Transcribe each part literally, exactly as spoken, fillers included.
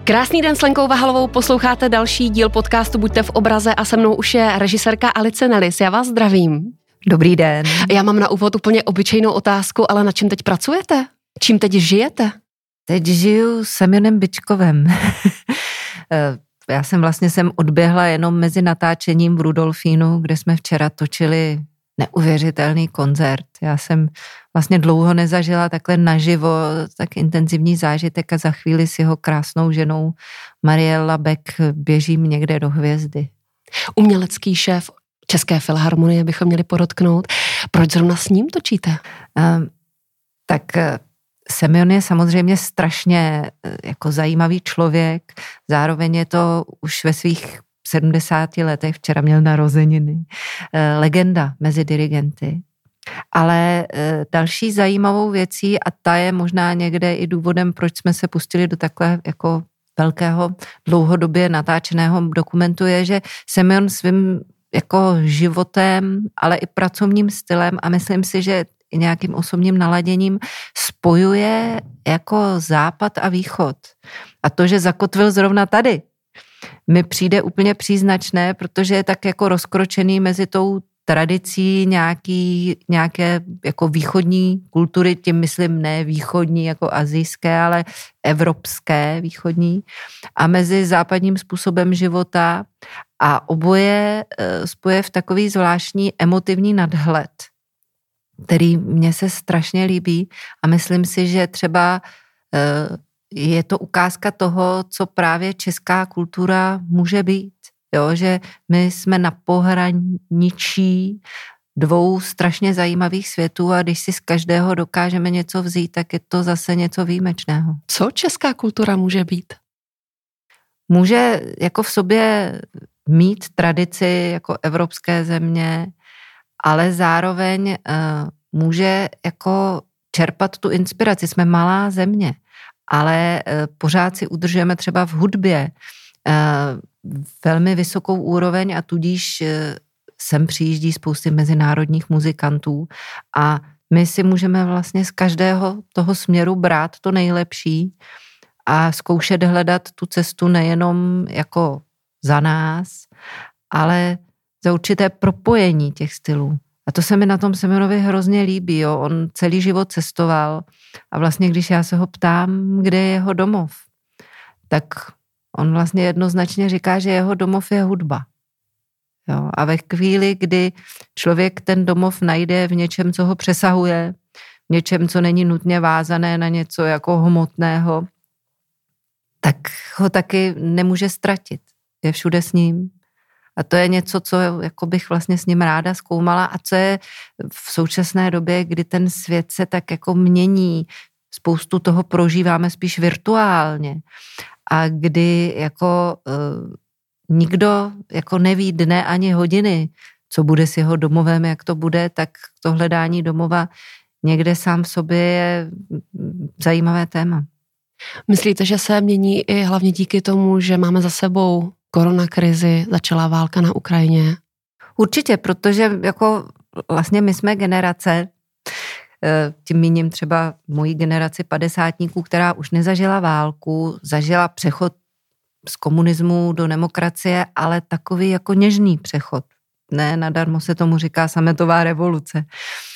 Krásný den s Lenkou Vahalovou, posloucháte další díl podcastu Buďte v obraze a se mnou už je režisérka Alice Nellis. Já vás zdravím. Dobrý den. Já mám na úvod úplně obyčejnou otázku, ale na čem teď pracujete? Čím teď žijete? Teď žiju Semionem Byčkovem. Já jsem vlastně sem odběhla jenom mezi natáčením v Rudolfínu, kde jsme včera točili neuvěřitelný koncert. Já jsem vlastně dlouho nezažila takhle naživo tak intenzivní zážitek a za chvíli s jeho krásnou ženou Mariella Beck běžím někde do hvězdy. Umělecký šéf České filharmonie bychom měli podotknout. Proč zrovna s ním točíte? Um, tak Semjon je samozřejmě strašně jako zajímavý člověk, zároveň je to už ve svých sedmdesáti letech, včera měl narozeniny, legenda mezi dirigenty. Ale další zajímavou věcí, a ta je možná někde i důvodem, proč jsme se pustili do takhle jako velkého, dlouhodobě natáčeného dokumentu, je, že Semjon svým jako životem, ale i pracovním stylem a myslím si, že i nějakým osobním naladěním spojuje jako západ a východ. A to, že zakotvil zrovna tady, mi přijde úplně příznačné, protože je tak jako rozkročený mezi tou tradicí nějaký, nějaké jako východní kultury, tím myslím ne východní jako asijské, ale evropské východní a mezi západním způsobem života a oboje spoje v takový zvláštní emotivní nadhled, který mně se strašně líbí a myslím si, že třeba je to ukázka toho, co právě česká kultura může být. Jo, že my jsme na pohraničí dvou strašně zajímavých světů a když si z každého dokážeme něco vzít, tak je to zase něco výjimečného. Co česká kultura může být? Může jako v sobě mít tradici jako evropské země, ale zároveň uh, může jako čerpat tu inspiraci. Jsme malá země, ale uh, pořád si udržujeme třeba v hudbě uh, velmi vysokou úroveň a tudíž uh, sem přijíždí spousty mezinárodních muzikantů a my si můžeme vlastně z každého toho směru brát to nejlepší a zkoušet hledat tu cestu nejenom jako za nás, ale za určité propojení těch stylů. A to se mi na tom Semjonovi hrozně líbí. Jo. On celý život cestoval a vlastně, když já se ho ptám, kde je jeho domov, tak on vlastně jednoznačně říká, že jeho domov je hudba. Jo. A ve chvíli, kdy člověk ten domov najde v něčem, co ho přesahuje, v něčem, co není nutně vázané na něco jako hmotného, tak ho taky nemůže ztratit. Je všude s ním. A to je něco, co jako bych vlastně s ním ráda zkoumala a co je v současné době, kdy ten svět se tak jako mění, spoustu toho prožíváme spíš virtuálně a kdy jako uh, nikdo jako neví dne ani hodiny, co bude s jeho domovem, jak to bude, tak to hledání domova někde sám v sobě je zajímavé téma. Myslíte, že se mění i hlavně díky tomu, že máme za sebou koronakrizi, začala válka na Ukrajině? Určitě, protože jako vlastně my jsme generace, tím míním třeba mojí generaci padesátníků, která už nezažila válku, zažila přechod z komunismu do demokracie, ale takový jako něžný přechod. Ne, nadarmo se tomu říká sametová revoluce.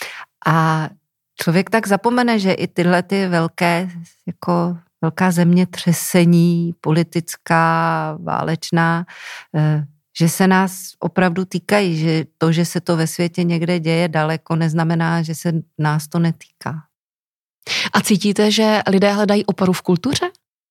A člověk tak zapomene, že i tyhle ty velké jako velká zemětřesení, politická, válečná, že se nás opravdu týkají, že to, že se to ve světě někde děje daleko, neznamená, že se nás to netýká. A cítíte, že lidé hledají oporu v kultuře?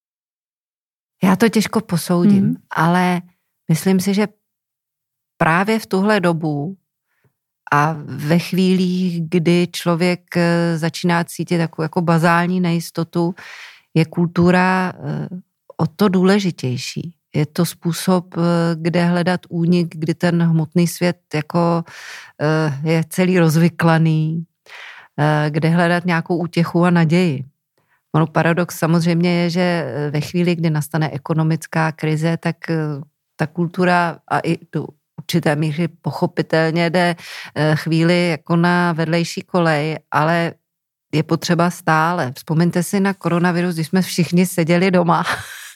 Já to těžko posoudím, hmm. ale myslím si, že právě v tuhle dobu a ve chvílích, kdy člověk začíná cítit takovou jako bazální nejistotu, je kultura o to důležitější. Je to způsob, kde hledat únik, kdy ten hmotný svět jako je celý rozvyklaný, kde hledat nějakou útěchu a naději. Ono paradox samozřejmě je, že ve chvíli, kdy nastane ekonomická krize, tak ta kultura a i do určité míry pochopitelně jde chvíli jako na vedlejší kolej, ale je potřeba stále. Vzpomeňte si na koronavirus, když jsme všichni seděli doma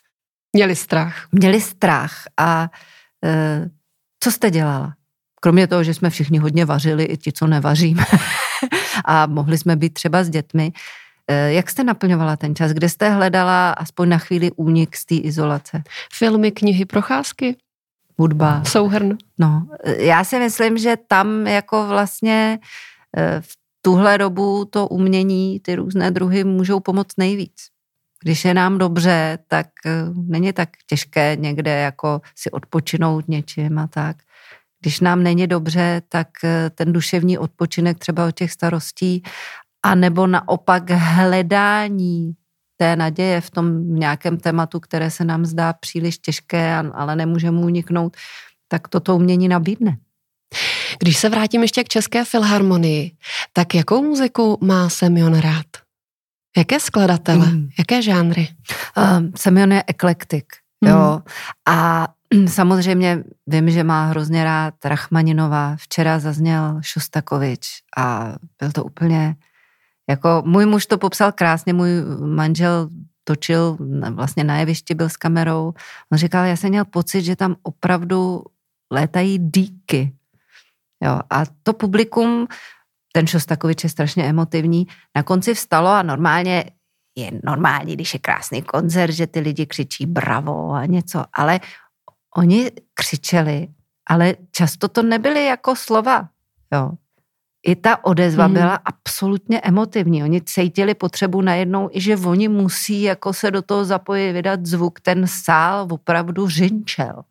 Měli strach. Měli strach a e, co jste dělala? Kromě toho, že jsme všichni hodně vařili, i ti, co nevaříme a mohli jsme být třeba s dětmi. E, jak jste naplňovala ten čas? Kde jste hledala aspoň na chvíli únik z té izolace? Filmy, knihy, procházky? Hudba. Souhrn. No, já si myslím, že tam jako vlastně v tuhle dobu to umění, ty různé druhy můžou pomoct nejvíc. Když je nám dobře, tak není tak těžké někde jako si odpočinout něčím a tak. Když nám není dobře, tak ten duševní odpočinek třeba od těch starostí a nebo naopak hledání té naděje v tom nějakém tématu, které se nám zdá příliš těžké, ale nemůže mu uniknout, tak toto umění nabídne. Když se vrátím ještě k České filharmonii, tak jakou muziku má Semjon rád? Jaké skladatele? Mm. Jaké žánry? Uh, Semjon je eklektik, mm. jo. A samozřejmě vím, že má hrozně rád Rachmaninová. Včera zazněl Šostakovič a byl to úplně jako, můj muž to popsal krásně, můj manžel točil, vlastně na jevišti byl s kamerou. On říkal, já jsem měl pocit, že tam opravdu létají dýky. Jo, a to publikum, ten Šostakovič je strašně emotivní, na konci vstalo a normálně je normální, když je krásný koncert, že ty lidi křičí bravo a něco, ale oni křičeli, ale často to nebyly jako slova, jo. I ta odezva hmm. byla absolutně emotivní. Oni cítili potřebu najednou, i že oni musí jako se do toho zapojit, vydat zvuk. Ten sál opravdu řinčel.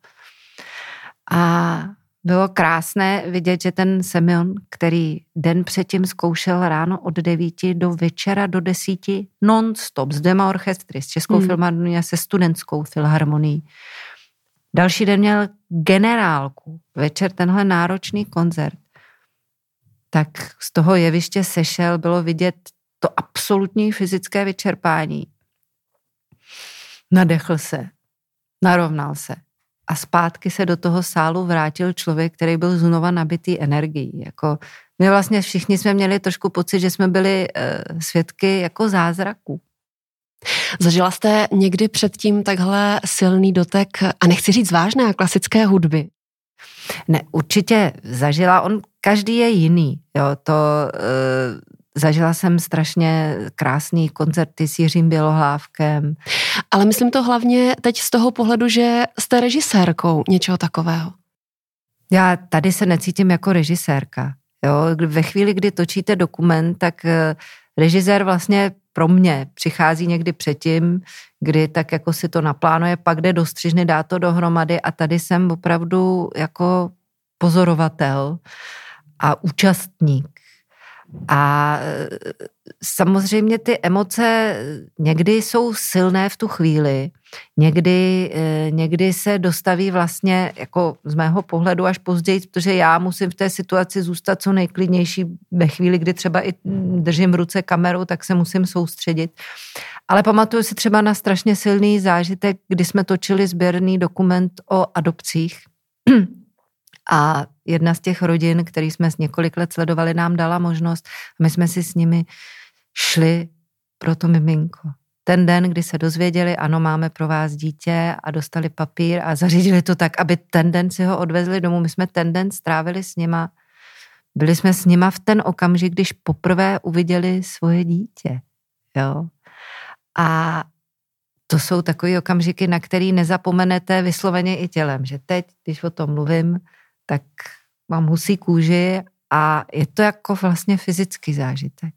A bylo krásné vidět, že ten Semjon, který den předtím zkoušel ráno od devíti do večera do desíti non-stop s dvěma orchestry, s Českou hmm. filharmonií a se Studentskou filharmonií. Další den měl generálku. Večer tenhle náročný koncert. Tak z toho jeviště sešel, bylo vidět to absolutní fyzické vyčerpání. Nadechl se, narovnal se a zpátky se do toho sálu vrátil člověk, který byl znova nabitý energií. Jako, my vlastně všichni jsme měli trošku pocit, že jsme byli e, svědky jako zázraku. Zažila jste někdy předtím takhle silný dotek, a nechci říct vážné, klasické hudby? Ne, určitě zažila, on každý je jiný, jo, to e, zažila jsem strašně krásný koncerty s Jiřím Bělohlávkem. Ale myslím to hlavně teď z toho pohledu, že jste režisérkou něčeho takového. Já tady se necítím jako režisérka, jo, ve chvíli, kdy točíte dokument, tak režisér vlastně pro mě přichází někdy předtím, kdy tak jako si to naplánuje, pak jde do střižny, dá to dohromady a tady jsem opravdu jako pozorovatel a účastník. A samozřejmě ty emoce někdy jsou silné v tu chvíli, někdy, někdy se dostaví vlastně jako z mého pohledu až později, protože já musím v té situaci zůstat co nejklidnější ve chvíli, kdy třeba i držím v ruce kameru, tak se musím soustředit. Ale pamatuju si třeba na strašně silný zážitek, kdy jsme točili sběrný dokument o adopcích a jedna z těch rodin, který jsme s několik let sledovali, nám dala možnost a my jsme si s nimi šli pro to miminko. Ten den, kdy se dozvěděli, ano, máme pro vás dítě a dostali papír a zařídili to tak, aby ten den si ho odvezli domů. My jsme ten den strávili s nima. Byli jsme s nima v ten okamžik, když poprvé uviděli svoje dítě. Jo. A to jsou takový okamžiky, na který nezapomenete vysloveně i tělem, že teď, když o tom mluvím, tak mám husí kůži a je to jako vlastně fyzický zážitek.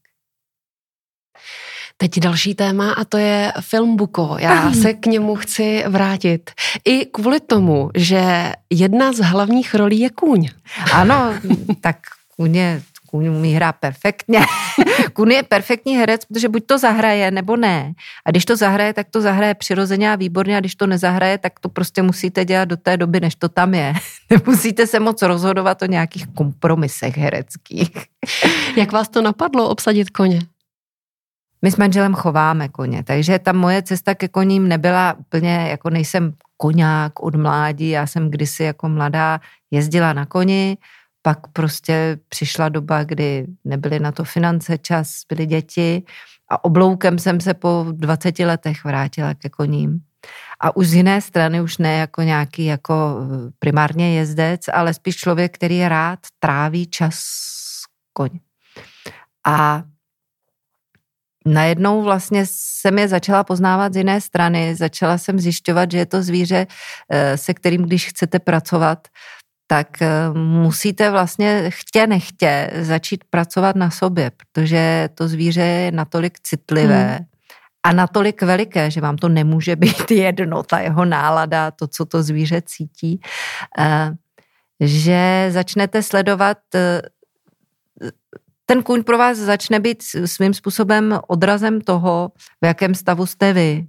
Teď další téma a to je film Buko. Já se k němu chci vrátit. I kvůli tomu, že jedna z hlavních rolí je kůň. Ano, tak kůň je, kůň umí hrát perfektně. Kůň je perfektní herec, protože buď to zahraje, nebo ne. A když to zahraje, tak to zahraje přirozeně a výborně a když to nezahraje, tak to prostě musíte dělat do té doby, než to tam je. Nemusíte se moc rozhodovat o nějakých kompromisech hereckých. Jak vás to napadlo obsadit koně? My s manželem chováme koně, takže ta moje cesta ke koním nebyla úplně, jako nejsem koňák od mládí, já jsem kdysi jako mladá jezdila na koni, pak prostě přišla doba, kdy nebyly na to finance, čas, byly děti a obloukem jsem se po dvaceti letech vrátila ke koním. A už z jiné strany, už ne jako nějaký jako primárně jezdec, ale spíš člověk, který rád tráví čas s koní. A najednou vlastně jsem je začala poznávat z jiné strany, začala jsem zjišťovat, že je to zvíře, se kterým, když chcete pracovat, tak musíte vlastně chtě nechtě začít pracovat na sobě, protože to zvíře je natolik citlivé hmm. a natolik veliké, že vám to nemůže být jedno, ta jeho nálada, to, co to zvíře cítí, že začnete sledovat, ten kůň pro vás začne být svým způsobem odrazem toho, v jakém stavu jste vy.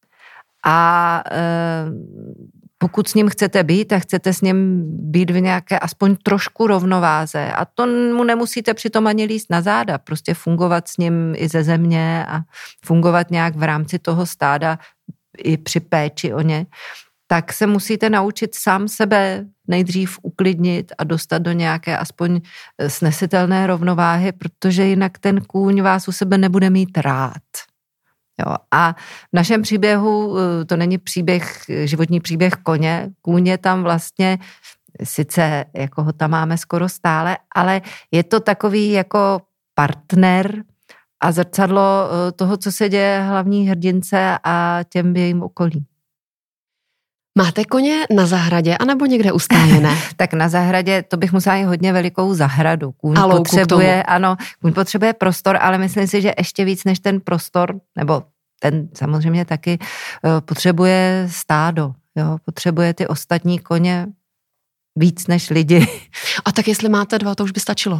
A pokud s ním chcete být a chcete s ním být v nějaké aspoň trošku rovnováze, a to mu nemusíte přitom ani líst na záda, prostě fungovat s ním i ze země a fungovat nějak v rámci toho stáda i při péči o ně, tak se musíte naučit sám sebe nejdřív uklidnit a dostat do nějaké aspoň snesitelné rovnováhy, protože jinak ten kůň vás u sebe nebude mít rád. Jo, a v našem příběhu, to není příběh, životní příběh koně, kůň je tam vlastně, sice jako ho tam máme skoro stále, ale je to takový jako partner a zrcadlo toho, co se děje hlavní hrdince a těm v jejím okolí. Máte koně na zahradě anebo někde ustájené? Tak na zahradě, to bych musela i hodně velikou zahradu. Kůň potřebuje, ano, kůň potřebuje prostor, ale myslím si, že ještě víc než ten prostor, nebo ten samozřejmě taky potřebuje stádo. Jo? Potřebuje ty ostatní koně víc než lidi. A tak jestli máte dva, to už by stačilo.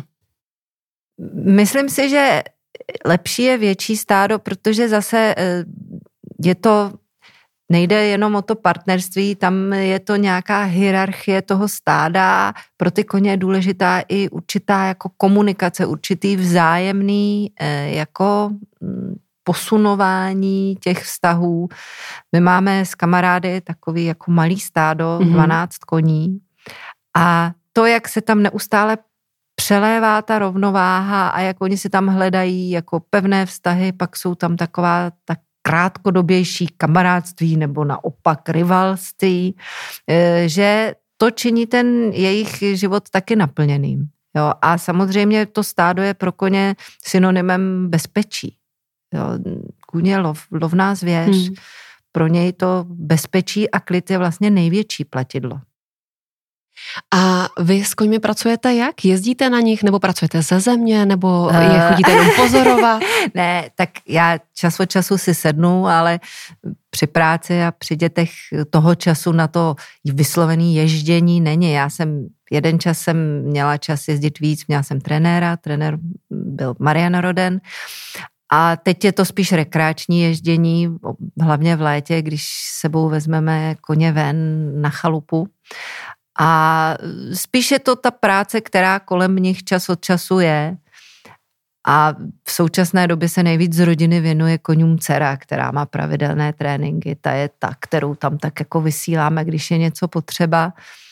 Myslím si, že lepší je větší stádo, protože zase je to nejde jenom o to partnerství, tam je to nějaká hierarchie toho stáda, pro ty koně je důležitá i určitá jako komunikace, určitý vzájemný jako posunování těch vztahů. My máme s kamarády takový jako malý stádo, dvanáct koní a to, jak se tam neustále přelévá ta rovnováha a jak oni si tam hledají jako pevné vztahy, pak jsou tam taková tak krátkodobější kamarádství nebo naopak rivalství, že to činí ten jejich život taky naplněným. Jo? A samozřejmě to stádo je pro koně synonymem bezpečí. Jo? Kůň je lov, lovná zvěř. Hmm. Pro něj to bezpečí a klid je vlastně největší platidlo. A vy s koňmi pracujete jak? Jezdíte na nich, nebo pracujete ze země, nebo je chodíte jenom pozorovat? Ne, tak já čas od času si sednu, ale při práci a při dětech toho času na to vyslovený ježdění není. Já jsem, jeden čas jsem měla čas jezdit víc, měla jsem trenéra, trenér byl Marian Roden, a teď je to spíš rekreační ježdění, hlavně v létě, když sebou vezmeme koně ven na chalupu. A spíš je to ta práce, která kolem nich čas od času je. A v současné době se nejvíc z rodiny věnuje koňům dcera, která má pravidelné tréninky. Ta je ta, kterou tam tak jako vysíláme, když je něco potřeba.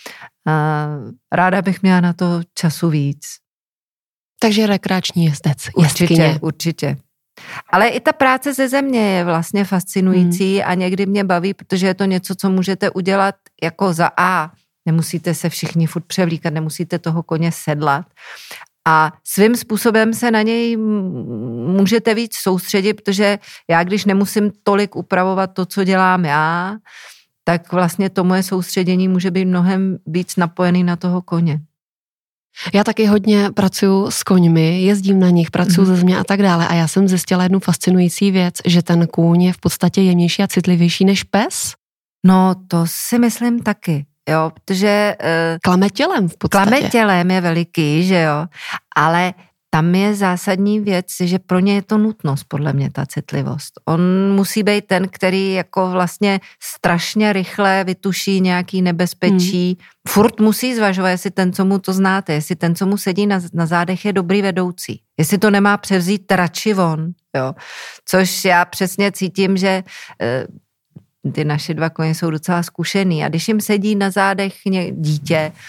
Ráda bych měla na to času víc. Takže rekreační jezdec. Určitě, jezdkyně. určitě. Ale i ta práce ze země je vlastně fascinující hmm. a někdy mě baví, protože je to něco, co můžete udělat jako za A. Nemusíte se všichni furt převlíkat, nemusíte toho koně sedlat. A svým způsobem se na něj můžete víc soustředit, protože já, když nemusím tolik upravovat to, co dělám já, tak vlastně to moje soustředění může být mnohem víc napojený na toho koně. Já taky hodně pracuji s koňmi, jezdím na nich, pracuji mm. ze země a tak dále a já jsem zjistila jednu fascinující věc, že ten kůň je v podstatě jemnější a citlivější než pes. No to si myslím taky. Jo, protože... Uh, klame tělem v podstatě. Klame tělem je veliký, že jo, ale tam je zásadní věc, že pro ně je to nutnost, podle mě, ta citlivost. On musí být ten, který jako vlastně strašně rychle vytuší nějaký nebezpečí. Hmm. Furt musí zvažovat, jestli ten, co mu to znáte, jestli ten, co mu sedí na, na zádech, je dobrý vedoucí. Jestli to nemá převzít radši von, jo. Což já přesně cítím, že... Uh, ty naše dva koně jsou docela zkušený a když jim sedí na zádech dítě,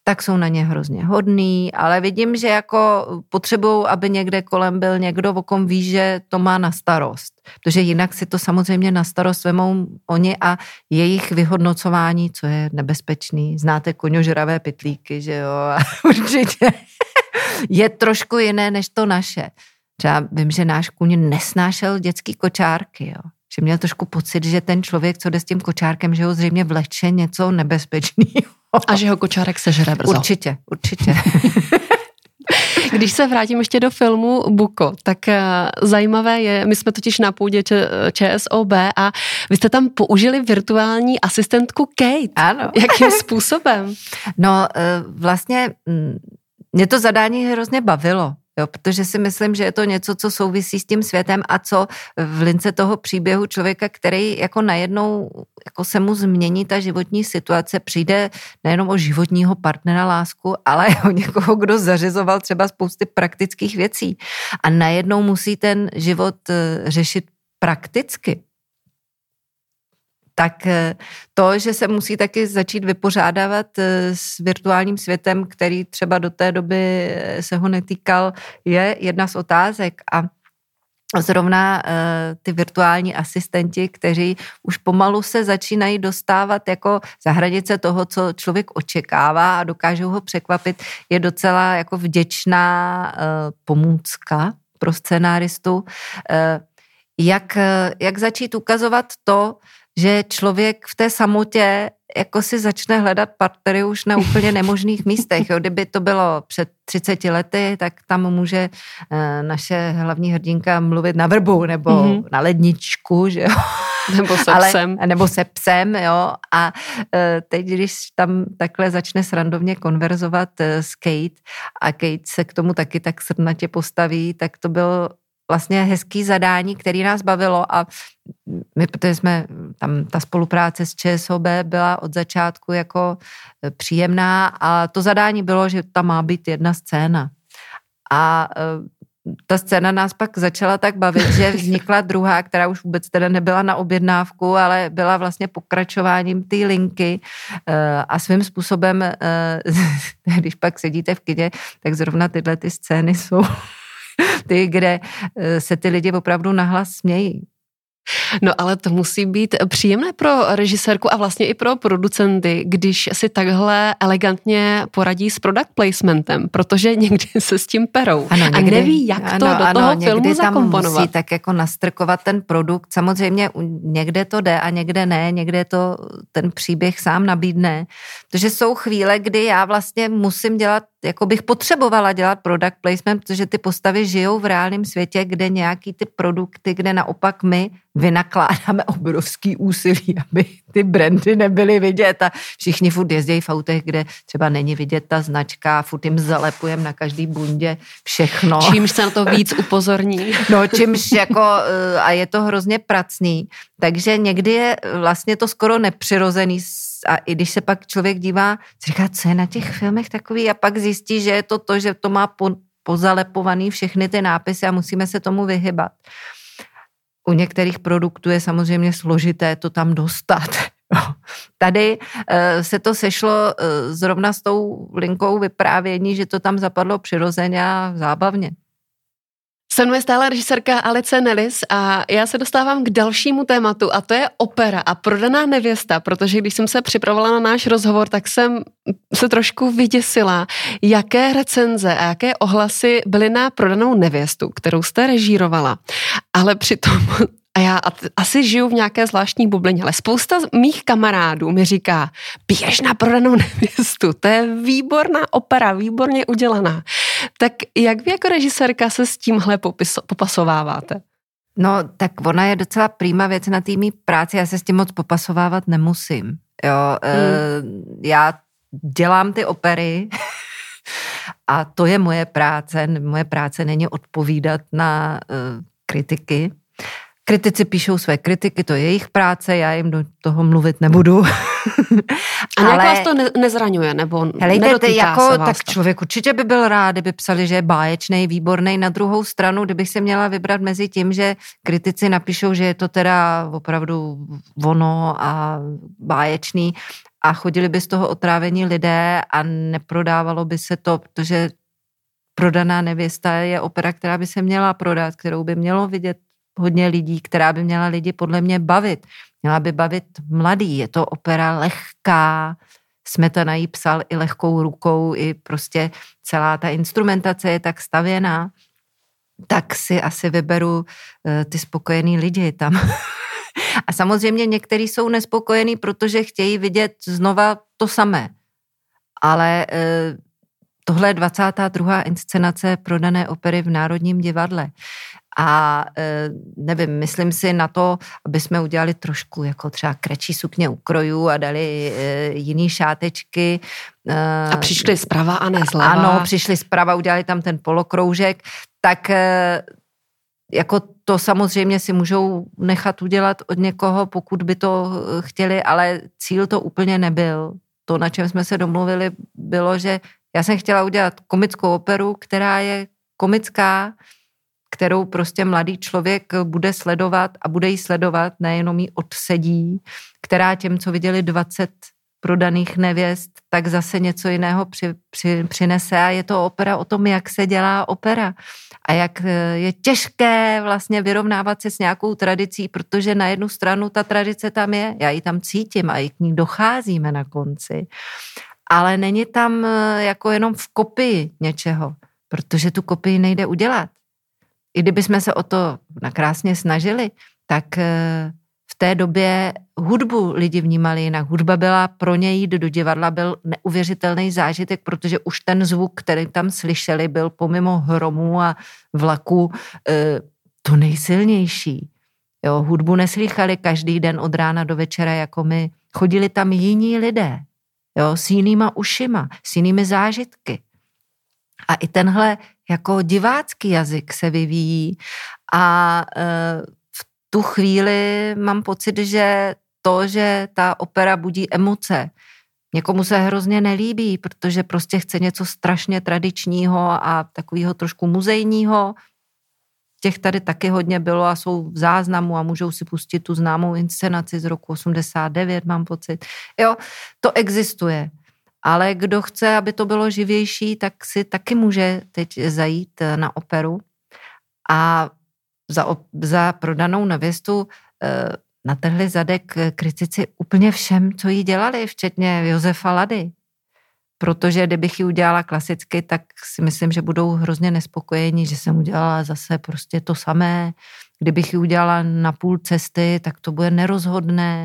tak jsou na ně hrozně hodný, ale vidím, že jako potřebují, aby někde kolem byl někdo, o kom ví, že to má na starost. Protože jinak si to samozřejmě na starost vemou oni a jejich vyhodnocování, co je nebezpečný. Znáte koňožravé pytlíky, že jo? Určitě. Je trošku jiné než to naše. Třeba vím, že náš kůň nesnášel dětský kočárky, jo. Že měl trošku pocit, že ten člověk, co jde s tím kočárkem, že ho zřejmě vleče něco nebezpečného. A že ho kočárek sežere brzo. Určitě, určitě. Když se vrátím ještě do filmu Buko, tak zajímavé je, my jsme totiž na půdě ČSOB a vy jste tam použili virtuální asistentku Kate. Ano. Jakým způsobem? No vlastně mě to zadání hrozně bavilo. Jo, protože si myslím, že je to něco, co souvisí s tím světem a co v lince toho příběhu člověka, který jako najednou jako se mu změní ta životní situace, přijde nejenom o životního partnera, lásku, ale o někoho, kdo zařizoval třeba spousty praktických věcí. A najednou musí ten život řešit prakticky. Tak to, že se musí taky začít vypořádávat s virtuálním světem, který třeba do té doby se ho netýkal, je jedna z otázek. A zrovna ty virtuální asistenti, kteří už pomalu se začínají dostávat jako za hranice toho, co člověk očekává a dokážou ho překvapit, je docela jako vděčná pomůcka pro scenáristu. Jak, jak začít ukazovat to, že člověk v té samotě jako si začne hledat partnery už na úplně nemožných místech. Jo. Kdyby to bylo před třiceti lety, tak tam může naše hlavní hrdinka mluvit na vrbu nebo mm-hmm. na ledničku, že jo. Nebo se Ale, psem. Nebo se psem, jo. A teď, když tam takhle začne srandovně konverzovat s Kate a Kate se k tomu taky tak srdnatě postaví, tak to bylo vlastně hezký zadání, který nás bavilo a my, protože jsme tam, ta spolupráce s ČSOB byla od začátku jako příjemná a to zadání bylo, že tam má být jedna scéna. A ta scéna nás pak začala tak bavit, že vznikla druhá, která už vůbec teda nebyla na objednávku, ale byla vlastně pokračováním té linky a svým způsobem, když pak sedíte v kině, tak zrovna tyhle ty scény jsou ty, kde se ty lidi opravdu nahlas smějí. No ale to musí být příjemné pro režisérku a vlastně i pro producenty, když si takhle elegantně poradí s product placementem, protože někdy se s tím perou ano, někdy, a neví, jak to ano, do ano, toho filmu zakomponovat. Musí tak jako nastrkovat ten produkt. Samozřejmě někde to jde a někde ne, někde to ten příběh sám nabídne. Protože jsou chvíle, kdy já vlastně musím dělat, jako bych potřebovala dělat product placement, protože ty postavy žijou v reálném světě, kde nějaký ty produkty, kde naopak my vynakládáme obrovský úsilí, aby ty brandy nebyly vidět a všichni furt jezdí v autech, kde třeba není vidět ta značka, furt jim zalepujeme na každý bundě všechno. Čímž se na to víc upozorní. No, čímž jako, a je to hrozně pracný, takže někdy je vlastně to skoro nepřirozený a i když se pak člověk dívá, říká, co je na těch filmech takový a pak zjistí, že je to to, že to má po, pozalepovaný všechny ty nápisy a musíme se tomu vyhybat. U některých produktů je samozřejmě složité to tam dostat. Tady se to sešlo zrovna s tou linkou vyprávění, že to tam zapadlo přirozeně a zábavně. Se mnou je stále režisérka Alice Nellis a já se dostávám k dalšímu tématu a to je opera a Prodaná nevěsta, protože když jsem se připravovala na náš rozhovor, tak jsem se trošku vyděsila, jaké recenze a jaké ohlasy byly na Prodanou nevěstu, kterou jste režírovala. Ale přitom a já asi žiju v nějaké zvláštní bublině, ale spousta mých kamarádů mi říká, běž na Prodanou nevěstu, to je výborná opera, výborně udělaná. Tak jak vy jako režisérka se s tímhle popiso- popasováváte? No, tak ona je docela prýma věc na té mý práci, já se s tím moc popasovávat nemusím. Jo, hmm. e, já dělám ty opery a to je moje práce. Moje práce není odpovídat na e, kritiky. Kritici píšou své kritiky, to je jejich práce, já jim do toho mluvit nebudu. A nějak ale vás to ne, nezraňuje, nebo helejte, nedotýká jako, se vás tak to. Člověk určitě by byl rád, kdyby psali, že je báječnej, výbornej. Na druhou stranu, kdybych se měla vybrat mezi tím, že kritici napíšou, že je to teda opravdu ono a báječný, a chodili by z toho otrávení lidé a neprodávalo by se to, protože Prodaná nevěsta je opera, která by se měla prodat, kterou by mělo vidět hodně lidí, která by měla lidi podle mě bavit. Měla by bavit mladý. Je to opera lehká, Smetana ji psal i lehkou rukou, i prostě celá ta instrumentace je tak stavěná, tak si asi vyberu uh, ty spokojený lidi tam. A samozřejmě někteří jsou nespokojení, protože chtějí vidět znova to samé. Ale uh, tohle je dvacátá druhá inscenace Prodané opery v Národním divadle. A e, nevím, myslím si na to, aby jsme udělali trošku jako třeba kratší sukně u krojů a dali e, jiný šátečky. E, a přišli zprava a ne zleva. Ano, přišli zprava, udělali tam ten polokroužek. Tak e, jako to samozřejmě si můžou nechat udělat od někoho, pokud by to chtěli, ale cíl to úplně nebyl. To, na čem jsme se domluvili, bylo, že já jsem chtěla udělat komickou operu, která je komická, kterou prostě mladý člověk bude sledovat a bude jí sledovat, nejenom jí odsedí, která těm, co viděli dvacet prodaných nevěst, tak zase něco jiného při, při, přinese a je to opera o tom, jak se dělá opera a jak je těžké vlastně vyrovnávat se s nějakou tradicí, protože na jednu stranu ta tradice tam je, já ji tam cítím a i k ní docházíme na konci, ale není tam jako jenom v kopii něčeho, protože tu kopii nejde udělat. I kdyby jsme se o to nakrásně snažili, tak v té době hudbu lidi vnímali jinak. Hudba byla pro ně jít do divadla, byl neuvěřitelný zážitek, protože už ten zvuk, který tam slyšeli, byl pomimo hromů a vlaku to nejsilnější. Jo, hudbu neslýchali každý den od rána do večera jako my. Chodili tam jiní lidé, jo, s jinýma ušima, s jinými zážitky. A i tenhle jako divácký jazyk se vyvíjí a e, v tu chvíli mám pocit, že to, že ta opera budí emoce, někomu se hrozně nelíbí, protože prostě chce něco strašně tradičního a takového trošku muzejního. Těch tady taky hodně bylo a jsou v záznamu a můžou si pustit tu známou inscenaci z roku osmdesát devět, mám pocit. Jo, to existuje. Ale kdo chce, aby to bylo živější, tak si taky může teď zajít na operu a za, za Prodanou nevěstu natrhli zadek kritici úplně všem, co jí dělali, včetně Josefa Lady. Protože kdybych ji udělala klasicky, tak si myslím, že budou hrozně nespokojení, že jsem udělala zase prostě to samé. Kdybych ji udělala na půl cesty, tak to bude nerozhodné.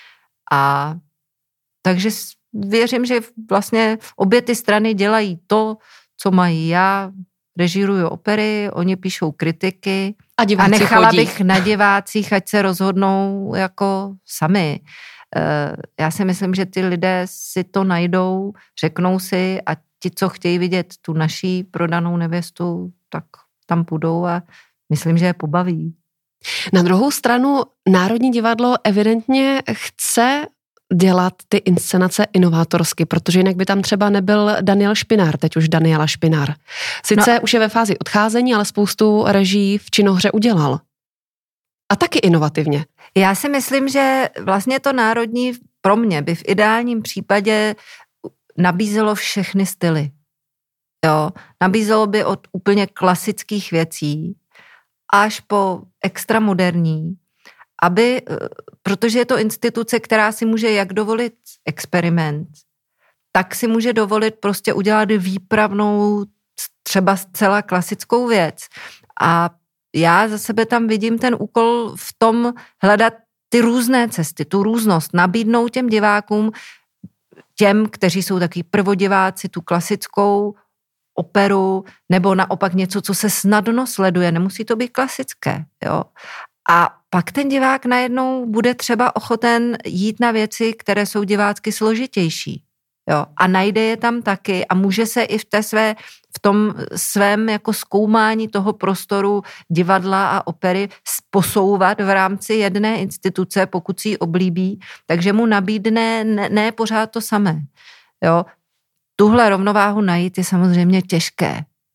A takže věřím, že vlastně obě ty strany dělají to, co mají. Já režíruju opery, oni píšou kritiky a, a nechala chodí. bych na divácích, ať se rozhodnou jako sami. Já si myslím, že ty lidé si to najdou, řeknou si a ti, co chtějí vidět tu naší Prodanou nevěstu, tak tam půjdou a myslím, že je pobaví. Na druhou stranu Národní divadlo evidentně chce dělat ty inscenace inovátorsky, protože jinak by tam třeba nebyl Daniel Špinár, teď už Daniela Špinár. Sice no. už je ve fázi odcházení, ale spoustu režií v činohře udělal. A taky inovativně. Já si myslím, že vlastně to Národní pro mě by v ideálním případě nabízelo všechny styly. Jo, nabízelo by od úplně klasických věcí až po extramoderní, aby, protože je to instituce, která si může jak dovolit experiment, tak si může dovolit prostě udělat výpravnou, třeba zcela klasickou věc. A já za sebe tam vidím ten úkol v tom hledat ty různé cesty, tu různost, nabídnout těm divákům, těm, kteří jsou taky prvodiváci, tu klasickou operu, nebo naopak něco, co se snadno sleduje, nemusí to být klasické, jo. A pak ten divák najednou bude třeba ochoten jít na věci, které jsou divácky složitější. Jo, a najde je tam taky a může se i v té své, v tom svém jako zkoumání toho prostoru divadla a opery posouvat v rámci jedné instituce, pokud si ji oblíbí, takže mu nabídne ne, ne pořád to samé. Jo, tuhle rovnováhu najít je samozřejmě těžké.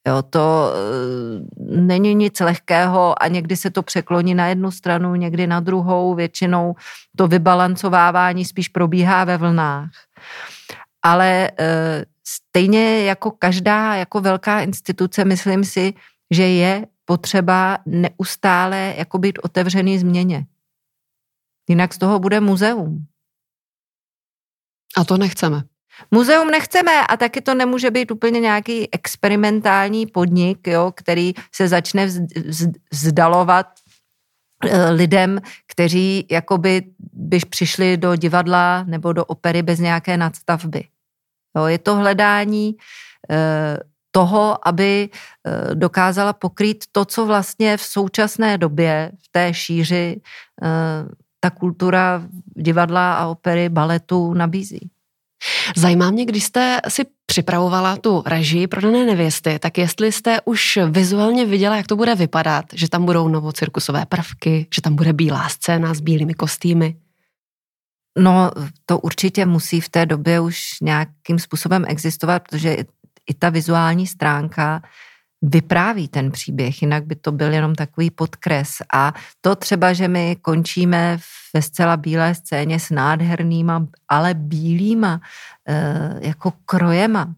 Jo, to e, není nic lehkého a někdy se to překloní na jednu stranu, někdy na druhou. Většinou to vybalancovávání spíš probíhá ve vlnách. Ale e, stejně jako každá jako velká instituce, myslím si, že je potřeba neustále jako být otevřený změně. Jinak z toho bude muzeum. A to nechceme. Muzeum nechceme a taky to nemůže být úplně nějaký experimentální podnik, jo, který se začne vzdalovat lidem, kteří jakoby byž přišli do divadla nebo do opery bez nějaké nadstavby. Jo, je to hledání eh, toho, aby eh, dokázala pokrýt to, co vlastně v současné době v té šíři eh, ta kultura divadla a opery, baletu nabízí. Zajímá mě, když jste si připravovala tu režii Prodané nevěsty, tak jestli jste už vizuálně viděla, jak to bude vypadat, že tam budou novocirkusové prvky, že tam bude bílá scéna s bílými kostýmy? No, to určitě musí v té době už nějakým způsobem existovat, protože i ta vizuální stránka vypráví ten příběh, jinak by to byl jenom takový podkres. A to třeba, že my končíme ve zcela bílé scéně s nádhernýma, ale bílýma jako krojema.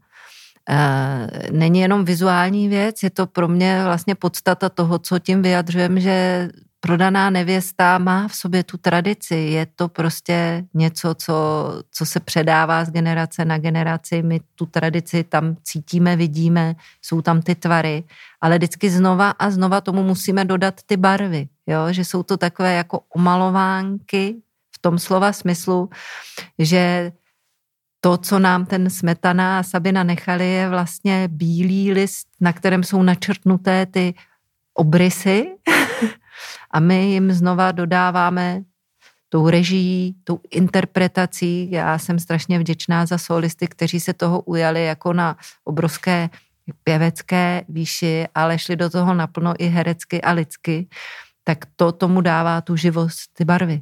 Není jenom vizuální věc, je to pro mě vlastně podstata toho, co tím vyjadřujem, že Prodaná nevěsta má v sobě tu tradici. Je to prostě něco, co, co se předává z generace na generaci. My tu tradici tam cítíme, vidíme, jsou tam ty tvary, ale vždycky znova a znova tomu musíme dodat ty barvy. Jo? Že jsou to takové jako omalovánky v tom slova smyslu, že to, co nám ten Smetana a Sabina nechali, je vlastně bílý list, na kterém jsou načrtnuté ty obrysy a my jim znova dodáváme tou režií, tou interpretací. Já jsem strašně vděčná za solisty, kteří se toho ujali jako na obrovské pěvecké výši, ale šli do toho naplno i herecky a lidsky, tak to tomu dává tu živost, ty barvy.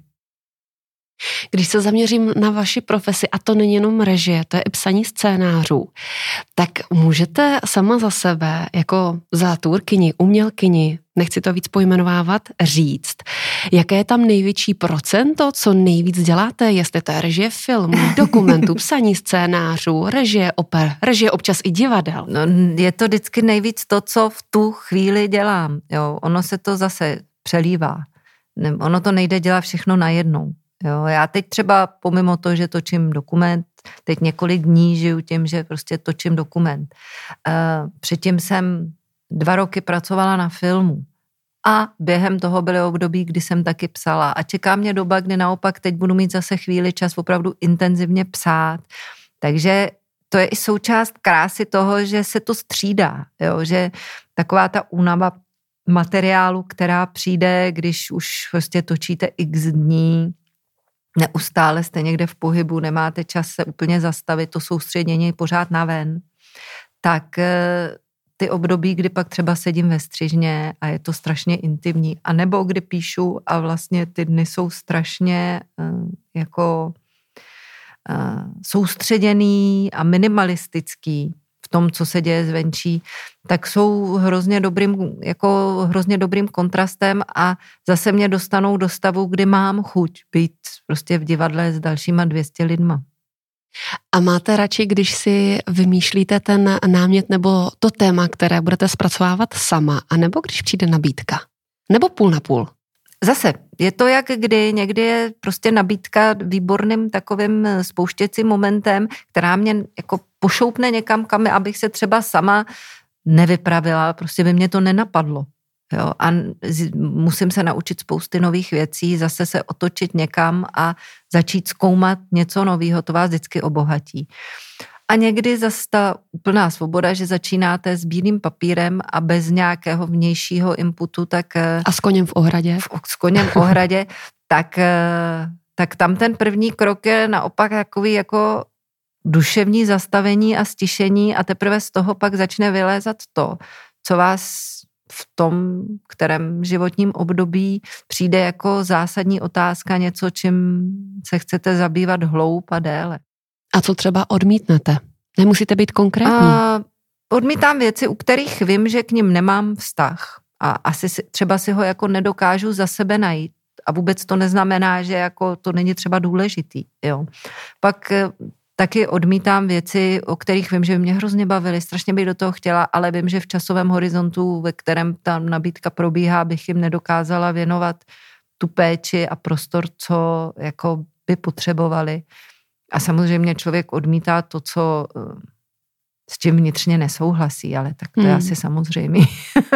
Když se zaměřím na vaši profesi, a to není jenom režie, to je i psaní scénářů, tak můžete sama za sebe, jako za tvůrkyni, umělkyni, nechci to víc pojmenovávat, říct, jaké je tam největší procento, co nejvíc děláte, jestli to je režie filmů, dokumentů, psaní scénářů, režie oper, režie občas i divadel. No, je to vždycky nejvíc to, co v tu chvíli dělám. Jo, ono se to zase přelívá. Ono to nejde dělat všechno najednou. Jo, já teď třeba pomimo to, že točím dokument, teď několik dní žiju tím, že prostě točím dokument. Uh, předtím jsem dva roky pracovala na filmu a během toho byly období, kdy jsem taky psala a čeká mě doba, kdy naopak teď budu mít zase chvíli čas opravdu intenzivně psát. Takže to je i součást krásy toho, že se to střídá, jo, že taková ta únava materiálu, která přijde, když už prostě točíte x dní, neustále jste někde v pohybu, nemáte čas se úplně zastavit, to soustředění pořád naven, tak ty období, kdy pak třeba sedím ve střižně a je to strašně intimní, a nebo kdy píšu a vlastně ty dny jsou strašně jako soustředěný a minimalistický v tom, co se děje zvenčí, tak jsou hrozně dobrým, jako hrozně dobrým kontrastem a zase mě dostanou do stavu, kdy mám chuť být prostě v divadle s dalšíma dvě stě lidma. A máte radši, když si vymýšlíte ten námět nebo to téma, které budete zpracovávat sama, anebo když přijde nabídka? Nebo půl na půl? Zase, je to jak kdy, někdy je prostě nabídka výborným takovým spouštěcím momentem, která mě jako pošoupne někam, kam abych se třeba sama nevypravila, prostě by mě to nenapadlo. Jo? A musím se naučit spousty nových věcí, zase se otočit někam a začít zkoumat něco nového, to vás vždycky obohatí. A někdy zase ta úplná svoboda, že začínáte s bílým papírem a bez nějakého vnějšího inputu, tak... A s koněm v ohradě. S koněm v ohradě, tak, tak tam ten první krok je naopak takový jako duševní zastavení a stišení a teprve z toho pak začne vylézat to, co vás v tom, kterém životním období přijde jako zásadní otázka, něco, čím se chcete zabývat hloub a déle. A co třeba odmítnete? Nemusíte být konkrétní. A odmítám věci, u kterých vím, že k nim nemám vztah a asi si, třeba si ho jako nedokážu za sebe najít a vůbec to neznamená, že jako to není třeba důležitý, jo. Pak taky odmítám věci, o kterých vím, že by mě hrozně bavily, strašně bych do toho chtěla, ale vím, že v časovém horizontu, ve kterém ta nabídka probíhá, bych jim nedokázala věnovat tu péči a prostor, co jako by potřebovali. A samozřejmě člověk odmítá to, co s čím vnitřně nesouhlasí, ale tak to je hmm. asi samozřejmě.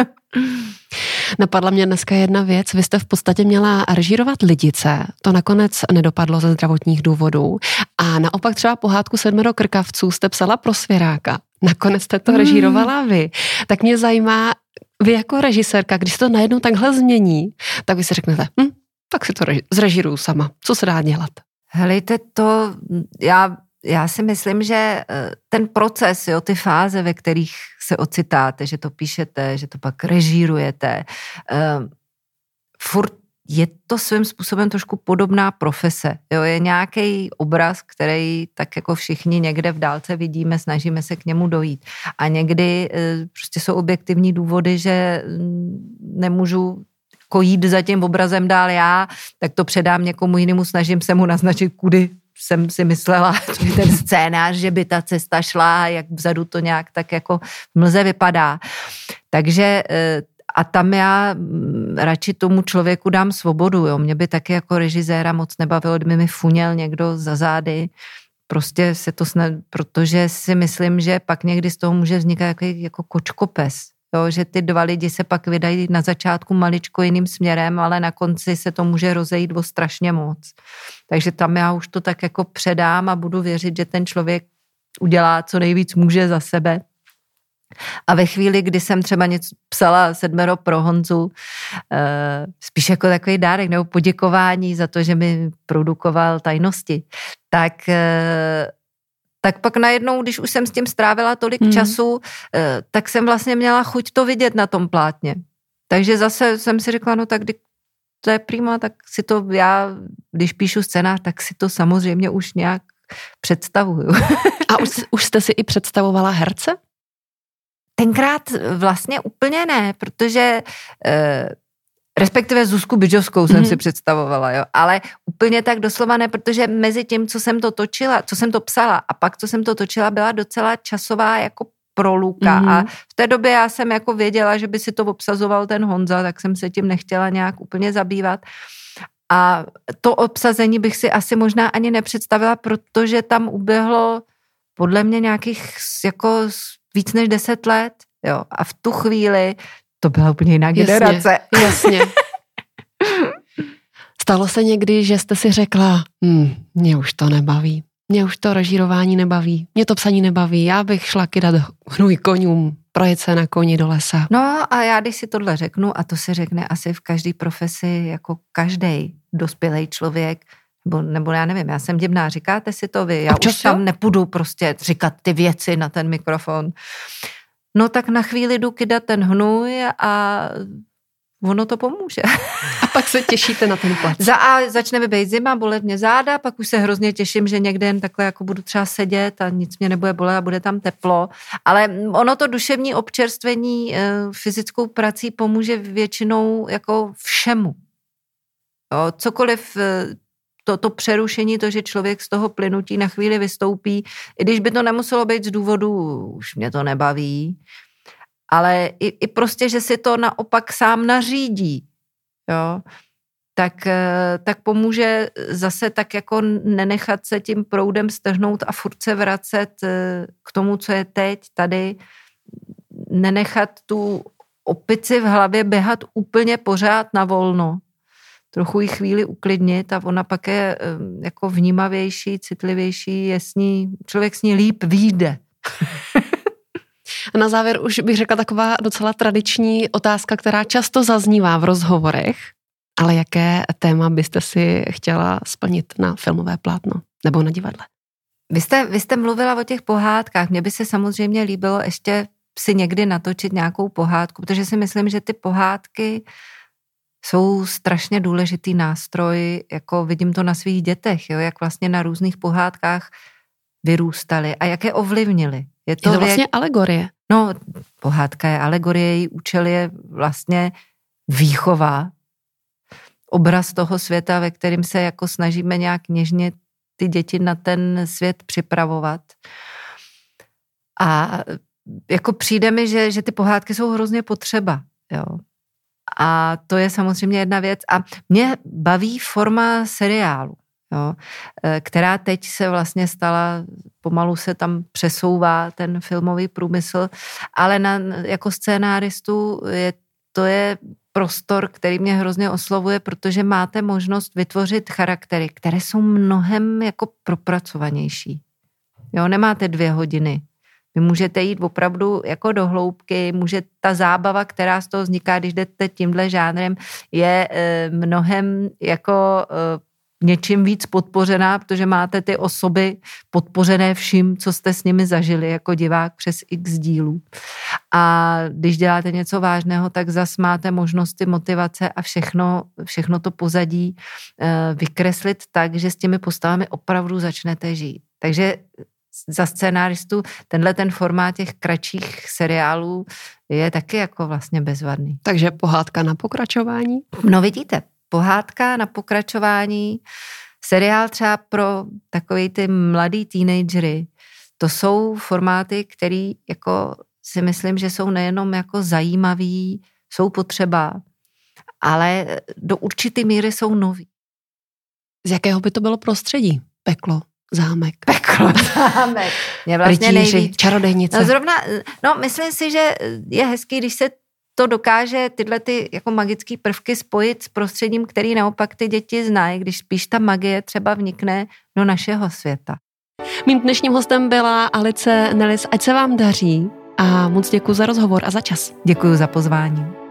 Napadla mě dneska jedna věc. Vy jste v podstatě měla režírovat Lidice. To nakonec nedopadlo ze zdravotních důvodů. A naopak třeba pohádku Sedmero krkavců jste psala pro Svěráka. Nakonec jste to režírovala vy. Tak mě zajímá, vy jako režisérka, když se to najednou takhle změní, tak vy si řeknete, hm, tak si to zrežíruju sama. Co se dá dělat? Helejte, to já... Já si myslím, že ten proces, jo, ty fáze, ve kterých se ocitáte, že to píšete, že to pak režírujete, uh, furt je to svým způsobem trošku podobná profese. Jo, je nějaký obraz, který tak jako všichni někde v dálce vidíme, snažíme se k němu dojít. A někdy uh, prostě jsou objektivní důvody, že nemůžu jako jít za tím obrazem dál já, tak to předám někomu jinému, snažím se mu naznačit, kudy jsem si myslela, ten scénář, že by ta cesta šla, jak vzadu to nějak tak jako v mlze vypadá. Takže a tam já radši tomu člověku dám svobodu. Jo. Mě by taky jako režiséra moc nebavilo, kdyby mi funěl někdo za zády. Prostě se to snad, protože si myslím, že pak někdy z toho může vznikat jako, jako kočkopes. Jo, že ty dva lidi se pak vydají na začátku maličko jiným směrem, ale na konci se to může rozejít o strašně moc. Takže tam já už to tak jako předám a budu věřit, že ten člověk udělá co nejvíc může za sebe. A ve chvíli, kdy jsem třeba něco psala Sedmero pro Honzu, spíš jako takový dárek nebo poděkování za to, že mi produkoval Tajnosti, tak tak pak najednou, když už jsem s tím strávila tolik mm. času, tak jsem vlastně měla chuť to vidět na tom plátně. Takže zase jsem si řekla, no tak to je prima, tak si to já, když píšu scénář, tak si to samozřejmě už nějak představuju. A už, už jste si i představovala herce? Tenkrát vlastně úplně ne, protože eh, respektive Zuzku Bidžovskou jsem mm-hmm. si představovala, jo, ale úplně tak doslova ne, protože mezi tím, co jsem to točila, co jsem to psala a pak, co jsem to točila, byla docela časová jako proluka mm-hmm. a v té době já jsem jako věděla, že by si to obsazoval ten Honza, tak jsem se tím nechtěla nějak úplně zabývat a to obsazení bych si asi možná ani nepředstavila, protože tam uběhlo podle mě nějakých jako víc než deset let, jo, a v tu chvíli to byla úplně jiná generace. Jasně, jasně. Stalo se někdy, že jste si řekla, hm, mě už to nebaví, mě už to režírování nebaví, mě to psaní nebaví, já bych šla kydat hnůj koňům, projet se na koni do lesa. No a já když si tohle řeknu, a to se řekne asi v každé profesi, jako každej dospělej člověk, nebo, nebo já nevím, já jsem divná, říkáte si to vy, já Občas už tam nepůjdu prostě říkat ty věci na ten mikrofon. No tak na chvíli jdu kydat ten hnůj a ono to pomůže. A pak se těšíte na ten plac. Za a začne mi být zima, bolet mě záda, pak už se hrozně těším, že někde jen takhle jako budu třeba sedět a nic mě nebude bolet a bude tam teplo. Ale ono to duševní občerstvení fyzickou prací pomůže většinou jako všemu. Jo, cokoliv to, to přerušení, to, že člověk z toho plynutí na chvíli vystoupí, i když by to nemuselo být z důvodu, už mě to nebaví, ale i, i prostě, že si to naopak sám nařídí, jo, tak, tak pomůže zase tak jako nenechat se tím proudem strhnout a furt se vracet k tomu, co je teď, tady, nenechat tu opici v hlavě běhat úplně pořád na volno, trochu jí chvíli uklidnit a ona pak je jako vnímavější, citlivější, je s ní, člověk s ní líp vyjde. A na závěr už bych řekla taková docela tradiční otázka, která často zaznívá v rozhovorech, ale jaké téma byste si chtěla splnit na filmové plátno nebo na divadle? Vy jste, vy jste mluvila o těch pohádkách. Mně by se samozřejmě líbilo ještě si někdy natočit nějakou pohádku, protože si myslím, že ty pohádky jsou strašně důležitý nástroj, jako vidím to na svých dětech, jo, jak vlastně na různých pohádkách vyrůstali a jak je ovlivnili. Je to, je to vlastně věk... alegorie. No, pohádka je alegorie, její účel je vlastně výchova, obraz toho světa, ve kterém se jako snažíme nějak něžně ty děti na ten svět připravovat. A jako přijde mi, že, že ty pohádky jsou hrozně potřeba, jo. A to je samozřejmě jedna věc. A mě baví forma seriálu, jo, která teď se vlastně stala, pomalu se tam přesouvá ten filmový průmysl, ale na, jako scénáristu je, to je prostor, který mě hrozně oslovuje, protože máte možnost vytvořit charaktery, které jsou mnohem jako propracovanější. Jo, nemáte dvě hodiny. Vy můžete jít opravdu jako do hloubky, může ta zábava, která z toho vzniká, když jdete tímhle žánrem, je e, mnohem jako e, něčím víc podpořená, protože máte ty osoby podpořené vším, co jste s nimi zažili jako divák přes x dílů. A když děláte něco vážného, tak zas máte možnosti motivace a všechno, všechno to pozadí e, vykreslit tak, že s těmi postavami opravdu začnete žít. Takže za scénáristu tenhle ten formát těch kratších seriálů je taky jako vlastně bezvadný. Takže pohádka na pokračování? No vidíte, pohádka na pokračování, seriál třeba pro takový ty mladý teenagery, to jsou formáty, který jako si myslím, že jsou nejenom jako zajímavý, jsou potřeba, ale do určité míry jsou nový. Z jakého by to bylo prostředí? Peklo, zámek. Peklo, zámek. Mě vlastně rytíři, nejvíc. Čarodějnice. No zrovna, no myslím si, že je hezký, když se to dokáže tyhle ty jako magické prvky spojit s prostředím, který naopak ty děti znají, když spíš ta magie třeba vnikne do našeho světa. Mým dnešním hostem byla Alice Nellis. Ať se vám daří a moc děkuji za rozhovor a za čas. Děkuji za pozvání.